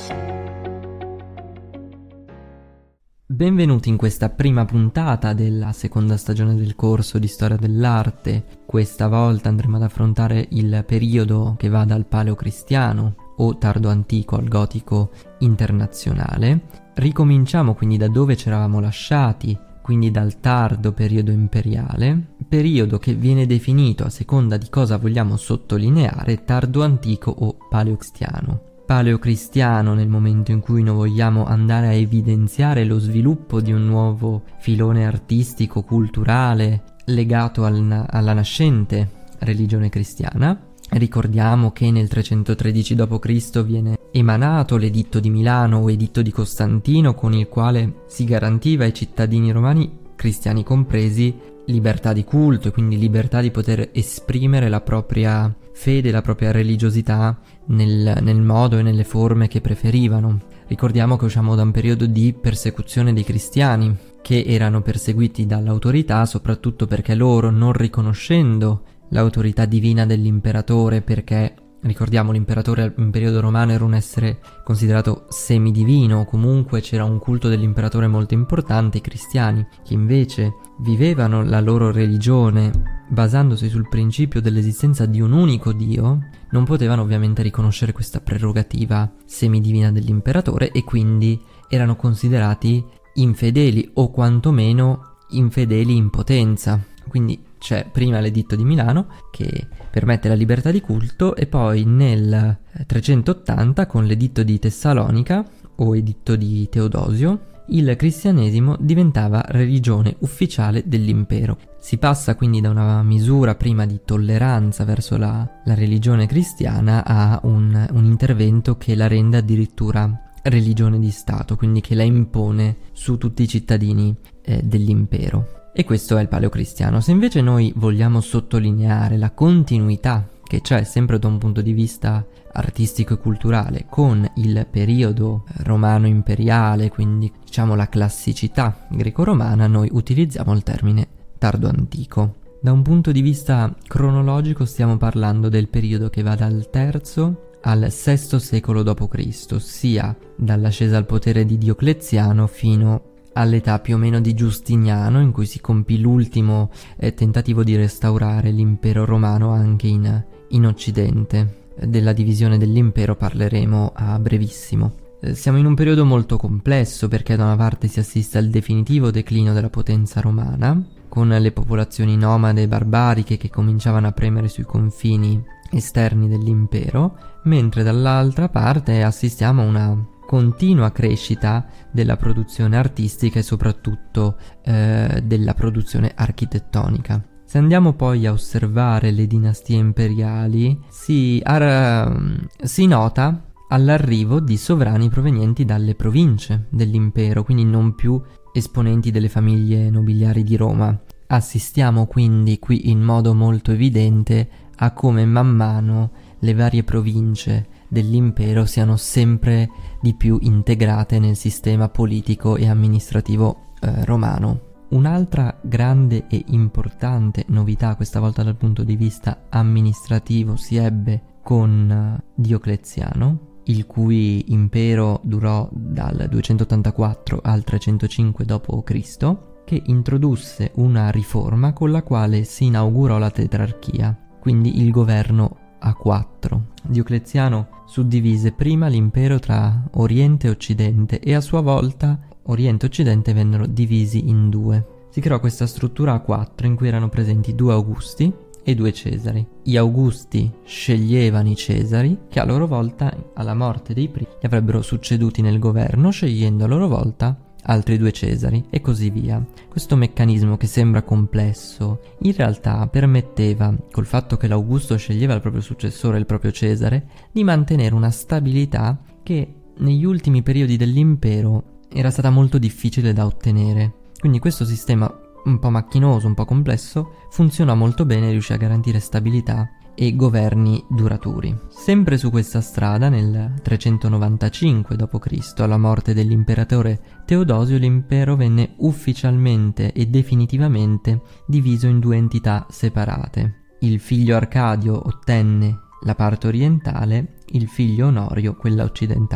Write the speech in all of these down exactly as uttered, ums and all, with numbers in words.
Benvenuti in questa prima puntata della seconda stagione del corso di storia dell'arte. Questa volta andremo ad affrontare il periodo che va dal paleocristiano o tardo antico al gotico internazionale. Ricominciamo quindi da dove ci eravamo lasciati, quindi dal tardo periodo imperiale, periodo che viene definito, a seconda di cosa vogliamo sottolineare, tardo antico o paleocristiano. Paleocristiano nel momento in cui noi vogliamo andare a evidenziare lo sviluppo di un nuovo filone artistico, culturale, legato al, alla nascente religione cristiana. Ricordiamo che nel trecentotredici dopo Cristo viene emanato l'editto di Milano o editto di Costantino, con il quale si garantiva ai cittadini romani, cristiani compresi, libertà di culto e quindi libertà di poter esprimere la propria fede, la propria religiosità nel, nel modo e nelle forme che preferivano. Ricordiamo che usciamo da un periodo di persecuzione dei cristiani, che erano perseguiti dall'autorità soprattutto perché loro, non riconoscendo l'autorità divina dell'imperatore, perché ricordiamo l'imperatore in periodo romano era un essere considerato semidivino, comunque c'era un culto dell'imperatore molto importante. I cristiani, che invece vivevano la loro religione basandosi sul principio dell'esistenza di un unico Dio, non potevano ovviamente riconoscere questa prerogativa semidivina dell'imperatore e quindi erano considerati infedeli o quantomeno infedeli in potenza. Quindi c'è prima l'editto di Milano che permette la libertà di culto e poi nel trecentottanta con l'editto di Tessalonica o editto di Teodosio il cristianesimo diventava religione ufficiale dell'impero. Si passa quindi da una misura prima di tolleranza verso la, la religione cristiana a un, un intervento che la rende addirittura religione di Stato, quindi che la impone su tutti i cittadini eh, dell'impero. E questo è il paleocristiano. Se invece noi vogliamo sottolineare la continuità che c'è sempre da un punto di vista artistico e culturale con il periodo romano imperiale, quindi diciamo la classicità greco-romana, noi utilizziamo il termine tardo antico. Da un punto di vista cronologico stiamo parlando del periodo che va dal terzo al sesto secolo dopo Cristo, ossia dall'ascesa al potere di Diocleziano fino all'età più o meno di Giustiniano, in cui si compì l'ultimo eh, tentativo di restaurare l'impero romano anche in, in Occidente. Della divisione dell'impero parleremo a brevissimo. Eh, siamo in un periodo molto complesso perché da una parte si assiste al definitivo declino della potenza romana, con le popolazioni nomade e barbariche che cominciavano a premere sui confini esterni dell'impero, mentre dall'altra parte assistiamo a una continua crescita della produzione artistica e soprattutto eh, della produzione architettonica. Se andiamo poi a osservare le dinastie imperiali, si, ar- si nota all'arrivo di sovrani provenienti dalle province dell'impero, quindi non più esponenti delle famiglie nobiliari di Roma. Assistiamo quindi qui in modo molto evidente a come man mano le varie province dell'impero siano sempre di più integrate nel sistema politico e amministrativo eh, romano. Un'altra grande e importante novità, questa volta dal punto di vista amministrativo, si ebbe con uh, Diocleziano, il cui impero durò dal duecentottantaquattro al trecentocinque dopo Cristo, che introdusse una riforma con la quale si inaugurò la tetrarchia, quindi il governo a quattro. Diocleziano suddivise prima l'impero tra Oriente e Occidente e a sua volta Oriente e Occidente vennero divisi in due. Si creò questa struttura a quattro in cui erano presenti due Augusti e due Cesari. Gli Augusti sceglievano i Cesari, che a loro volta, alla morte dei primi, li avrebbero succeduti nel governo, scegliendo a loro volta altri due Cesari e così via. Questo meccanismo, che sembra complesso, in realtà permetteva, col fatto che l'Augusto sceglieva il proprio successore, il proprio Cesare, di mantenere una stabilità che negli ultimi periodi dell'impero era stata molto difficile da ottenere. Quindi questo sistema un po' macchinoso, un po' complesso, funzionò molto bene e riuscì a garantire stabilità e governi duraturi. Sempre su questa strada, nel trecentonovantacinque dopo Cristo, alla morte dell'imperatore Teodosio, l'impero venne ufficialmente e definitivamente diviso in due entità separate. Il figlio Arcadio ottenne la parte orientale, il figlio Onorio quella occidentale.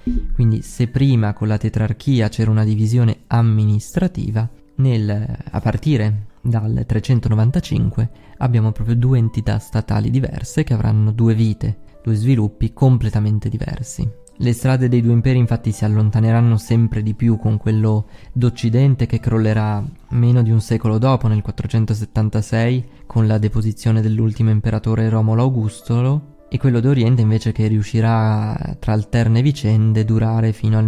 Quindi se prima con la tetrarchia c'era una divisione amministrativa, nel, a partire dal trecentonovantacinque abbiamo proprio due entità statali diverse che avranno due vite, due sviluppi completamente diversi. Le strade dei due imperi infatti si allontaneranno sempre di più, con quello d'Occidente che crollerà meno di un secolo dopo, nel quattrocentosettantasei, con la deposizione dell'ultimo imperatore Romolo Augusto, e quello d'Oriente invece che riuscirà, tra alterne vicende, durare fino al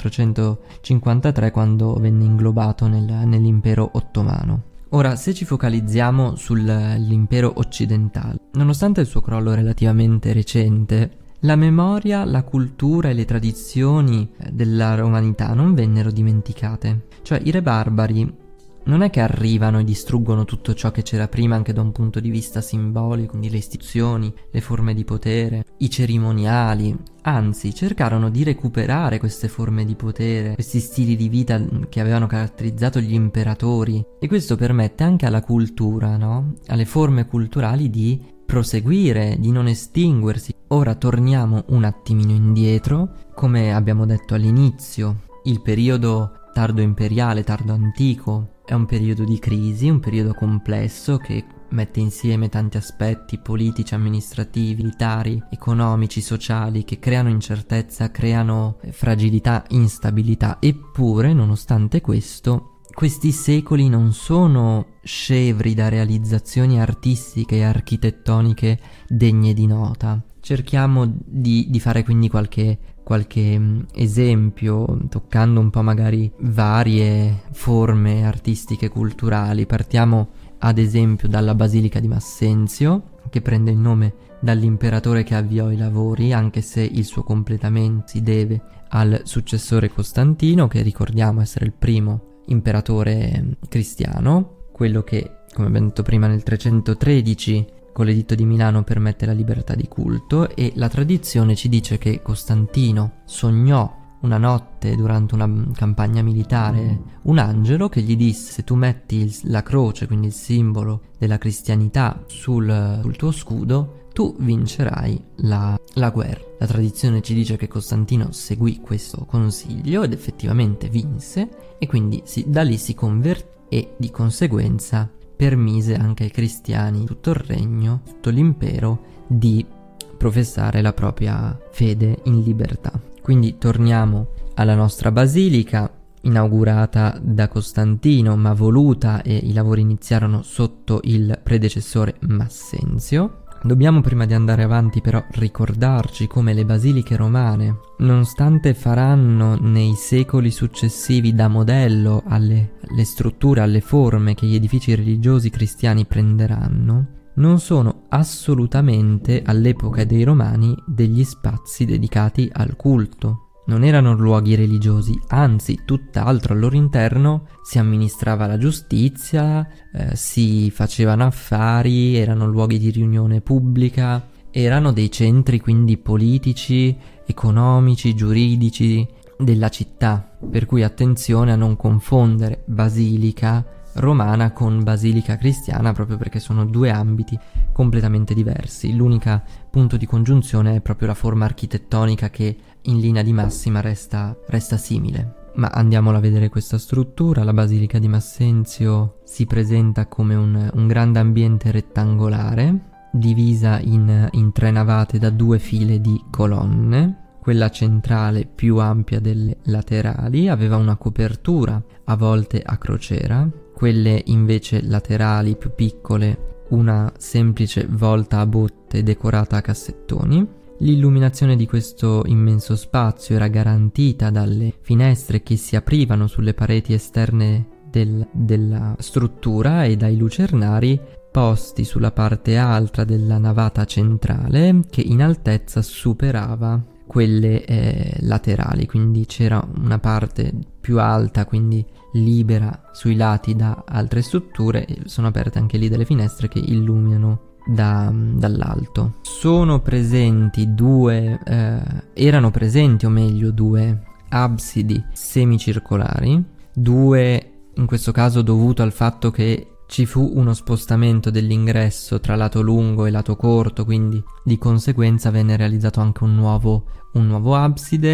millequattrocentocinquantatré, quando venne inglobato nel, nell'impero ottomano. Ora, se ci focalizziamo sull'impero occidentale, nonostante il suo crollo relativamente recente, la memoria, la cultura e le tradizioni della romanità non vennero dimenticate. Cioè, i re barbari non è che arrivano e distruggono tutto ciò che c'era prima anche da un punto di vista simbolico, quindi le istituzioni, le forme di potere, i cerimoniali, anzi cercarono di recuperare queste forme di potere, questi stili di vita che avevano caratterizzato gli imperatori, e questo permette anche alla cultura, no? Alle forme culturali di proseguire, di non estinguersi. Ora torniamo un attimino indietro, come abbiamo detto all'inizio, il periodo tardo imperiale, tardo antico, è un periodo di crisi, un periodo complesso che mette insieme tanti aspetti politici, amministrativi, militari, economici, sociali, che creano incertezza, creano fragilità, instabilità. Eppure, nonostante questo, questi secoli non sono scevri da realizzazioni artistiche e architettoniche degne di nota. Cerchiamo di, di fare quindi qualche qualche esempio, toccando un po' magari varie forme artistiche e culturali. Partiamo ad esempio dalla Basilica di Massenzio, che prende il nome dall'imperatore che avviò i lavori, anche se il suo completamento si deve al successore Costantino, che ricordiamo essere il primo imperatore cristiano, quello che, come abbiamo detto prima, nel trecentotredici con l'editto di Milano permette la libertà di culto, e la tradizione ci dice che Costantino sognò una notte durante una campagna militare un angelo che gli disse: se tu metti il, la croce, quindi il simbolo della cristianità, sul, sul tuo scudo, tu vincerai la, la guerra. La tradizione ci dice che Costantino seguì questo consiglio ed effettivamente vinse, e quindi si, da lì si convertì e di conseguenza permise anche ai cristiani, tutto il regno, tutto l'impero, di professare la propria fede in libertà. Quindi torniamo alla nostra basilica, inaugurata da Costantino ma voluta, e i lavori iniziarono sotto il predecessore Massenzio. Dobbiamo, prima di andare avanti, però ricordarci come le basiliche romane, nonostante faranno nei secoli successivi da modello alle, alle strutture, alle forme che gli edifici religiosi cristiani prenderanno, non sono assolutamente, all'epoca dei Romani, degli spazi dedicati al culto. Non erano luoghi religiosi, anzi tutt'altro. Al loro interno si amministrava la giustizia, eh, si facevano affari, erano luoghi di riunione pubblica, erano dei centri quindi politici, economici, giuridici della città. Per cui attenzione a non confondere basilica romana con basilica cristiana, proprio perché sono due ambiti completamente diversi. L'unico punto di congiunzione è proprio la forma architettonica, che in linea di massima resta, resta simile. Ma andiamola a vedere questa struttura. La Basilica di Massenzio si presenta come un, un grande ambiente rettangolare, divisa in, in tre navate da due file di colonne. Quella centrale, più ampia delle laterali, aveva una copertura a volte a crociera. Quelle invece laterali, più piccole, una semplice volta a botte decorata a cassettoni. L'illuminazione di questo immenso spazio era garantita dalle finestre che si aprivano sulle pareti esterne del, della struttura e dai lucernari posti sulla parte alta della navata centrale, che in altezza superava quelle eh, laterali, quindi c'era una parte più alta, quindi libera sui lati da altre strutture, e sono aperte anche lì delle finestre che illuminano da, dall'alto. Sono presenti due, eh, erano presenti o meglio due absidi semicircolari, due in questo caso dovuto al fatto che ci fu uno spostamento dell'ingresso tra lato lungo e lato corto, quindi di conseguenza venne realizzato anche un nuovo, un nuovo abside.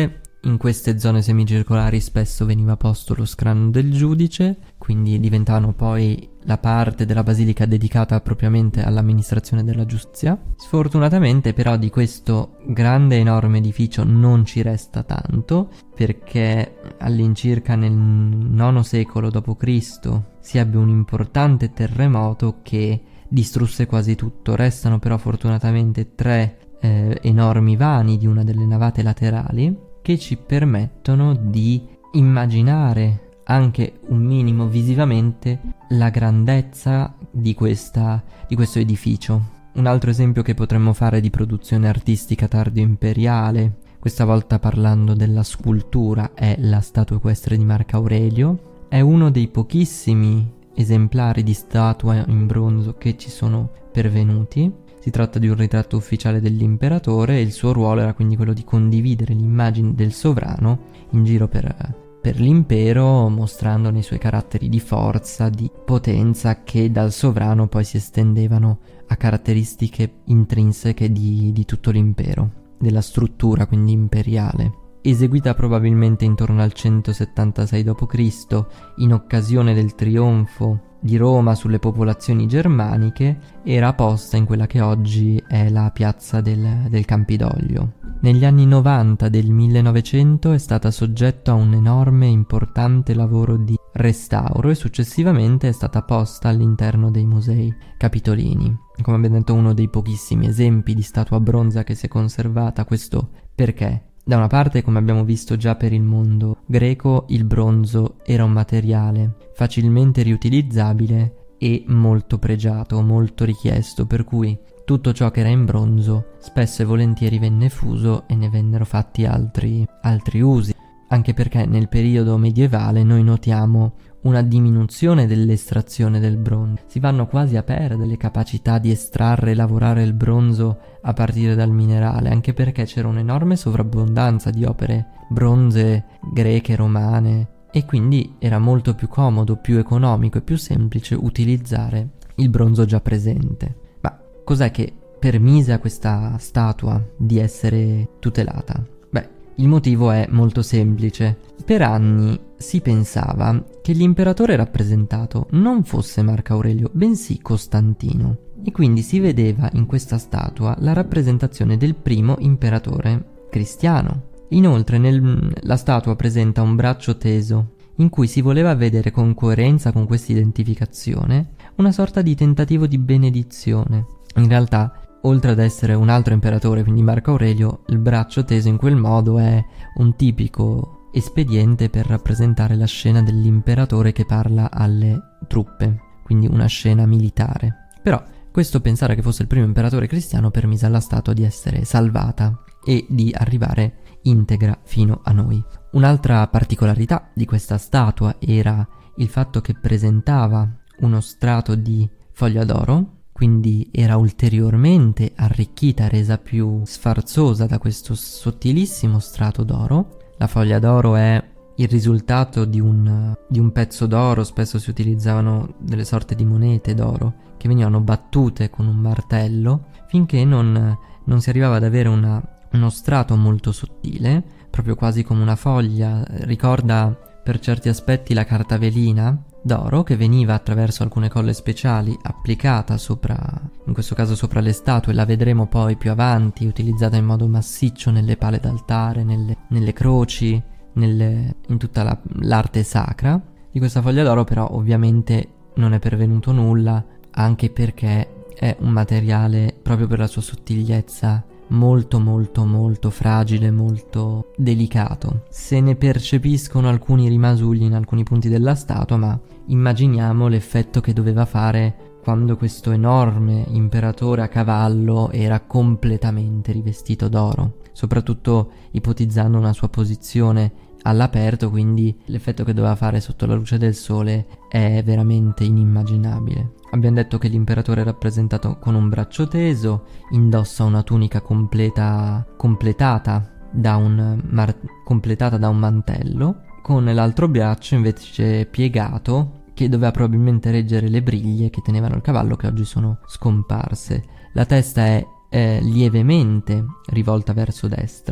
in queste zone semicircolari spesso veniva posto lo scranno del giudice, quindi diventavano poi la parte della basilica dedicata propriamente all'amministrazione della giustizia. Sfortunatamente però di questo grande enorme edificio non ci resta tanto, perché all'incirca nel nono secolo dopo Cristo si ebbe un importante terremoto che distrusse quasi tutto. Restano però fortunatamente tre eh, enormi vani di una delle navate laterali che ci permettono di immaginare anche un minimo visivamente la grandezza di, questa, di questo edificio. Un altro esempio che potremmo fare di produzione artistica tardo-imperiale, questa volta parlando della scultura, è la statua equestre di Marco Aurelio. È uno dei pochissimi esemplari di statua in bronzo che ci sono pervenuti. Si tratta di un ritratto ufficiale dell'imperatore e il suo ruolo era quindi quello di condividere l'immagine del sovrano in giro per, per l'impero, mostrandone i suoi caratteri di forza, di potenza, che dal sovrano poi si estendevano a caratteristiche intrinseche di, di tutto l'impero, della struttura quindi imperiale. Eseguita probabilmente intorno al centosettantasei dopo Cristo in occasione del trionfo di Roma sulle popolazioni germaniche, era posta in quella che oggi è la piazza del, del Campidoglio. Negli anni novanta del millenovecento è stata soggetta a un enorme e importante lavoro di restauro e successivamente è stata posta all'interno dei musei capitolini. Come abbiamo detto, uno dei pochissimi esempi di statua bronza che si è conservata. Questo perché? Da una parte, come abbiamo visto già per il mondo greco, il bronzo era un materiale facilmente riutilizzabile e molto pregiato, molto richiesto, per cui tutto ciò che era in bronzo spesso e volentieri venne fuso e ne vennero fatti altri, altri usi. Anche perché nel periodo medievale noi notiamo una diminuzione dell'estrazione del bronzo. Si vanno quasi a perdere le capacità di estrarre e lavorare il bronzo a partire dal minerale, anche perché c'era un'enorme sovrabbondanza di opere bronze greche, romane, e quindi era molto più comodo, più economico e più semplice utilizzare il bronzo già presente. Ma cos'è che permise a questa statua di essere tutelata? Beh, il motivo è molto semplice. Per anni si pensava che l'imperatore rappresentato non fosse Marco Aurelio, bensì Costantino, e quindi si vedeva in questa statua la rappresentazione del primo imperatore cristiano. Inoltre nel, la statua presenta un braccio teso, in cui si voleva vedere con coerenza con questa identificazione una sorta di tentativo di benedizione. In realtà, oltre ad essere un altro imperatore, quindi Marco Aurelio, il braccio teso in quel modo è un tipico espediente per rappresentare la scena dell'imperatore che parla alle truppe, quindi una scena militare. Però questo pensare che fosse il primo imperatore cristiano permise alla statua di essere salvata e di arrivare integra fino a noi. Un'altra particolarità di questa statua era il fatto che presentava uno strato di foglia d'oro, quindi era ulteriormente arricchita, resa più sfarzosa da questo sottilissimo strato d'oro. La foglia d'oro è il risultato di un, di un pezzo d'oro. Spesso si utilizzavano delle sorte di monete d'oro che venivano battute con un martello finché non, non si arrivava ad avere una, uno strato molto sottile, proprio quasi come una foglia. Ricorda per certi aspetti la carta velina d'oro che veniva attraverso alcune colle speciali applicata sopra, in questo caso sopra le statue. La vedremo poi più avanti utilizzata in modo massiccio nelle pale d'altare, nelle, nelle croci, nelle, in tutta la, l'arte sacra. Di questa foglia d'oro però ovviamente non è pervenuto nulla, anche perché è un materiale, proprio per la sua sottigliezza, molto molto molto fragile, molto delicato. Se ne percepiscono alcuni rimasugli in alcuni punti della statua, ma immaginiamo l'effetto che doveva fare quando questo enorme imperatore a cavallo era completamente rivestito d'oro, soprattutto ipotizzando una sua posizione all'aperto, quindi l'effetto che doveva fare sotto la luce del sole è veramente inimmaginabile. Abbiamo detto che l'imperatore è rappresentato con un braccio teso, indossa una tunica completa, completata, da un mar- completata da un mantello, con l'altro braccio invece piegato, che doveva probabilmente reggere le briglie che tenevano il cavallo, che oggi sono scomparse. La testa è eh, lievemente rivolta verso destra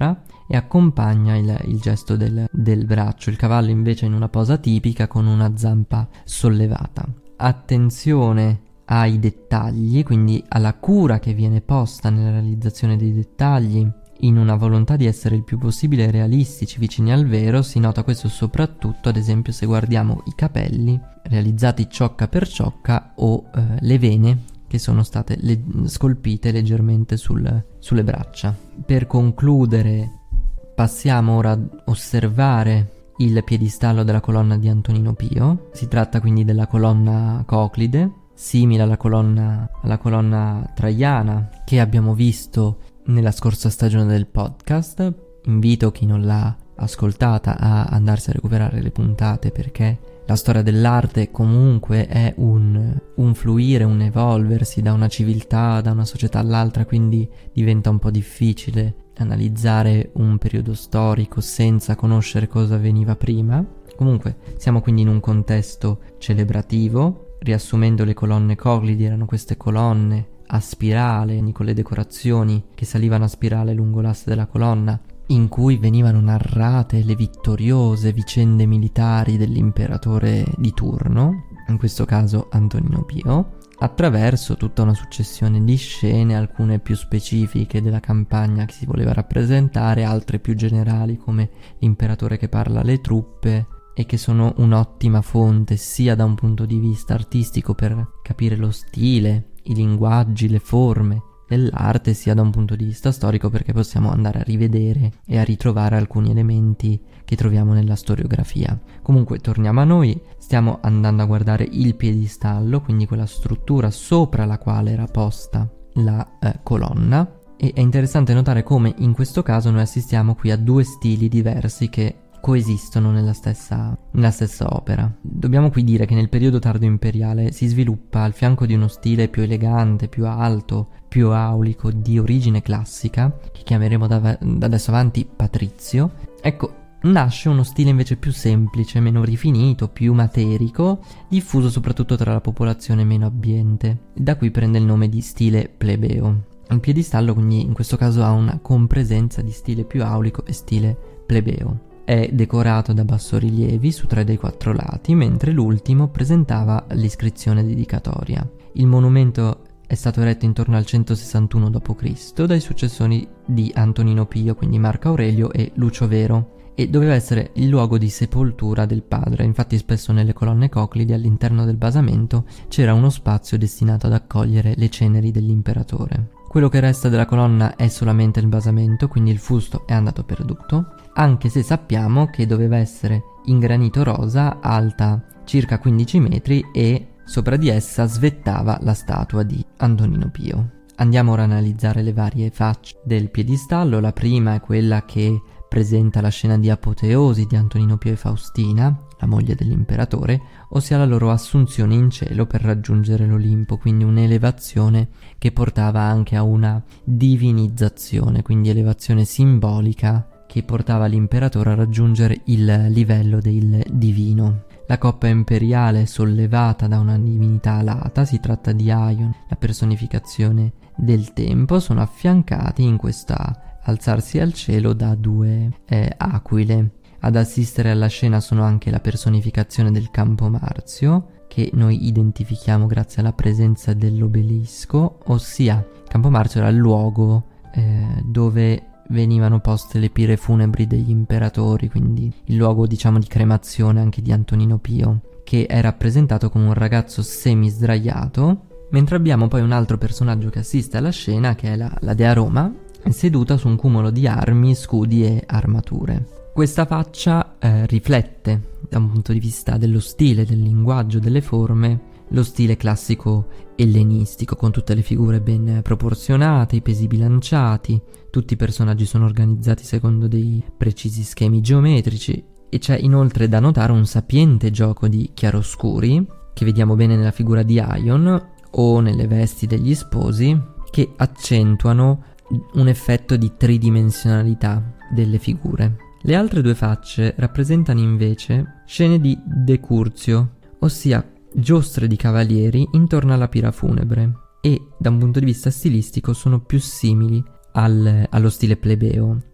e accompagna il, il gesto del, del braccio. Il cavallo invece è in una posa tipica con una zampa sollevata. Attenzione ai dettagli, quindi alla cura che viene posta nella realizzazione dei dettagli. In una volontà di essere il più possibile realistici, vicini al vero, si nota questo soprattutto, ad esempio, se guardiamo i capelli realizzati ciocca per ciocca o eh, le vene che sono state le- scolpite leggermente sul, sulle braccia. Per concludere, passiamo ora ad osservare il piedistallo della colonna di Antonino Pio. Si tratta quindi della colonna coclide, simile alla colonna, alla colonna traiana che abbiamo visto nella scorsa stagione del podcast. Invito chi non l'ha ascoltata a andarsi a recuperare le puntate, perché la storia dell'arte comunque è un, un fluire, un evolversi da una civiltà, da una società all'altra, quindi diventa un po' difficile analizzare un periodo storico senza conoscere cosa avveniva prima. Comunque siamo quindi in un contesto celebrativo. Riassumendo, le colonne coclidi erano queste colonne a spirale, con le decorazioni che salivano a spirale lungo l'asse della colonna, in cui venivano narrate le vittoriose vicende militari dell'imperatore di turno, in questo caso Antonino Pio, attraverso tutta una successione di scene, alcune più specifiche della campagna che si voleva rappresentare, altre più generali come l'imperatore che parla alle truppe, e che sono un'ottima fonte sia da un punto di vista artistico per capire lo stile, i linguaggi, le forme dell'arte, sia da un punto di vista storico perché possiamo andare a rivedere e a ritrovare alcuni elementi che troviamo nella storiografia. Comunque torniamo a noi, stiamo andando a guardare il piedistallo, quindi quella struttura sopra la quale era posta la eh, colonna, e è interessante notare come in questo caso noi assistiamo qui a due stili diversi che coesistono nella stessa, nella stessa opera. Dobbiamo qui dire che nel periodo tardo imperiale si sviluppa al fianco di uno stile più elegante, più alto, più aulico, di origine classica, che chiameremo da, da adesso avanti patrizio. Ecco, nasce uno stile invece più semplice, meno rifinito, più materico, diffuso soprattutto tra la popolazione meno abbiente. Da qui prende il nome di stile plebeo. Il piedistallo quindi in questo caso ha una compresenza di stile più aulico e stile plebeo. È decorato da bassorilievi su tre dei quattro lati, mentre l'ultimo presentava l'iscrizione dedicatoria. Il monumento è stato eretto intorno al centosessantuno dopo Cristo dai successori di Antonino Pio, quindi Marco Aurelio e Lucio Vero, e doveva essere il luogo di sepoltura del padre. Infatti spesso nelle colonne coclidi all'interno del basamento c'era uno spazio destinato ad accogliere le ceneri dell'imperatore. Quello che resta della colonna è solamente il basamento, quindi il fusto è andato perduto, anche se sappiamo che doveva essere in granito rosa, alta circa quindici metri, e sopra di essa svettava la statua di Antonino Pio. Andiamo ora a analizzare le varie facce del piedistallo. La prima è quella che presenta la scena di apoteosi di Antonino Pio e Faustina, la moglie dell'imperatore, ossia la loro assunzione in cielo per raggiungere l'Olimpo, quindi un'elevazione che portava anche a una divinizzazione, quindi elevazione simbolica che portava l'imperatore a raggiungere il livello del divino. La coppa imperiale sollevata da una divinità alata, si tratta di Aion, la personificazione del tempo, sono affiancati in questa alzarsi al cielo da due eh, aquile. Ad assistere alla scena sono anche la personificazione del Campo Marzio, che noi identifichiamo grazie alla presenza dell'obelisco, ossia Campo Marzio era il luogo eh, dove venivano poste le pire funebri degli imperatori, quindi il luogo diciamo di cremazione anche di Antonino Pio, che è rappresentato come un ragazzo semi-sdraiato, mentre abbiamo poi un altro personaggio che assiste alla scena, che è la, la dea Roma, seduta su un cumulo di armi, scudi e armature. Questa faccia eh, riflette, da un punto di vista dello stile, del linguaggio, delle forme, lo stile classico ellenistico, con tutte le figure ben proporzionate, i pesi bilanciati, tutti i personaggi sono organizzati secondo dei precisi schemi geometrici, e c'è inoltre da notare un sapiente gioco di chiaroscuri, che vediamo bene nella figura di Aion o nelle vesti degli sposi, che accentuano un effetto di tridimensionalità delle figure. Le altre due facce rappresentano invece scene di decurzio, ossia giostre di cavalieri intorno alla pira funebre, e da un punto di vista stilistico sono più simili al, allo stile plebeo.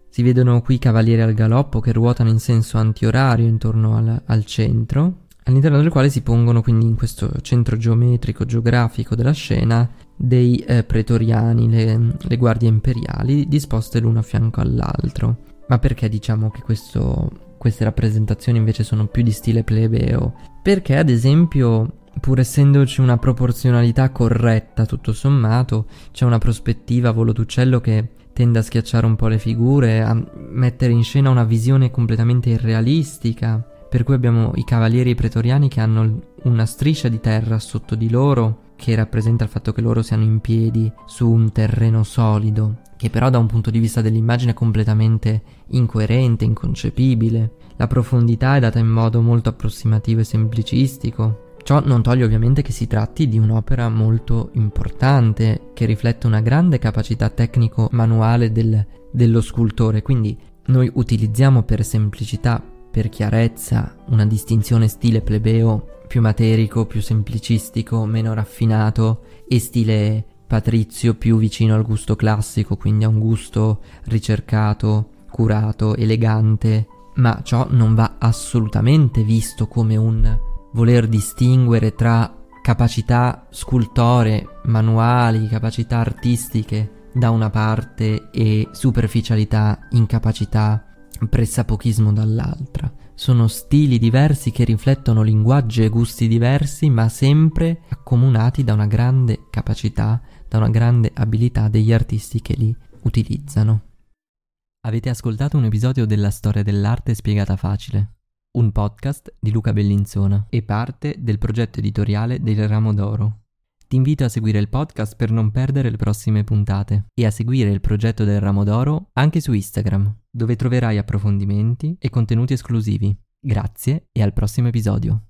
Si vedono qui cavalieri al galoppo che ruotano in senso antiorario intorno al, al centro, all'interno del quale si pongono quindi in questo centro geometrico, geografico della scena, dei eh, pretoriani, le, le guardie imperiali, disposte l'uno a fianco all'altro. Ma perché diciamo che questo, queste rappresentazioni invece sono più di stile plebeo? Perché ad esempio, pur essendoci una proporzionalità corretta tutto sommato, c'è una prospettiva a volo d'uccello che tende a schiacciare un po' le figure, a mettere in scena una visione completamente irrealistica, per cui abbiamo i cavalieri pretoriani che hanno una striscia di terra sotto di loro, che rappresenta il fatto che loro siano in piedi su un terreno solido, che però da un punto di vista dell'immagine è completamente incoerente, inconcepibile. La profondità è data in modo molto approssimativo e semplicistico. Ciò non toglie ovviamente che si tratti di un'opera molto importante, che riflette una grande capacità tecnico-manuale del, dello scultore, quindi noi utilizziamo per semplicità, per chiarezza, una distinzione stile plebeo più materico, più semplicistico, meno raffinato, e stile patrizio più vicino al gusto classico, quindi a un gusto ricercato, curato, elegante, ma ciò non va assolutamente visto come un voler distinguere tra capacità scultore, manuali, capacità artistiche da una parte e superficialità, incapacità, pressapochismo dall'altra. Sono stili diversi che riflettono linguaggi e gusti diversi, ma sempre accomunati da una grande capacità, da una grande abilità degli artisti che li utilizzano. Avete ascoltato un episodio della Storia dell'arte spiegata facile, un podcast di Luca Bellinzona e parte del progetto editoriale del Ramo d'Oro. Ti invito a seguire il podcast per non perdere le prossime puntate e a seguire il progetto del Ramo d'Oro anche su Instagram, dove troverai approfondimenti e contenuti esclusivi. Grazie e al prossimo episodio.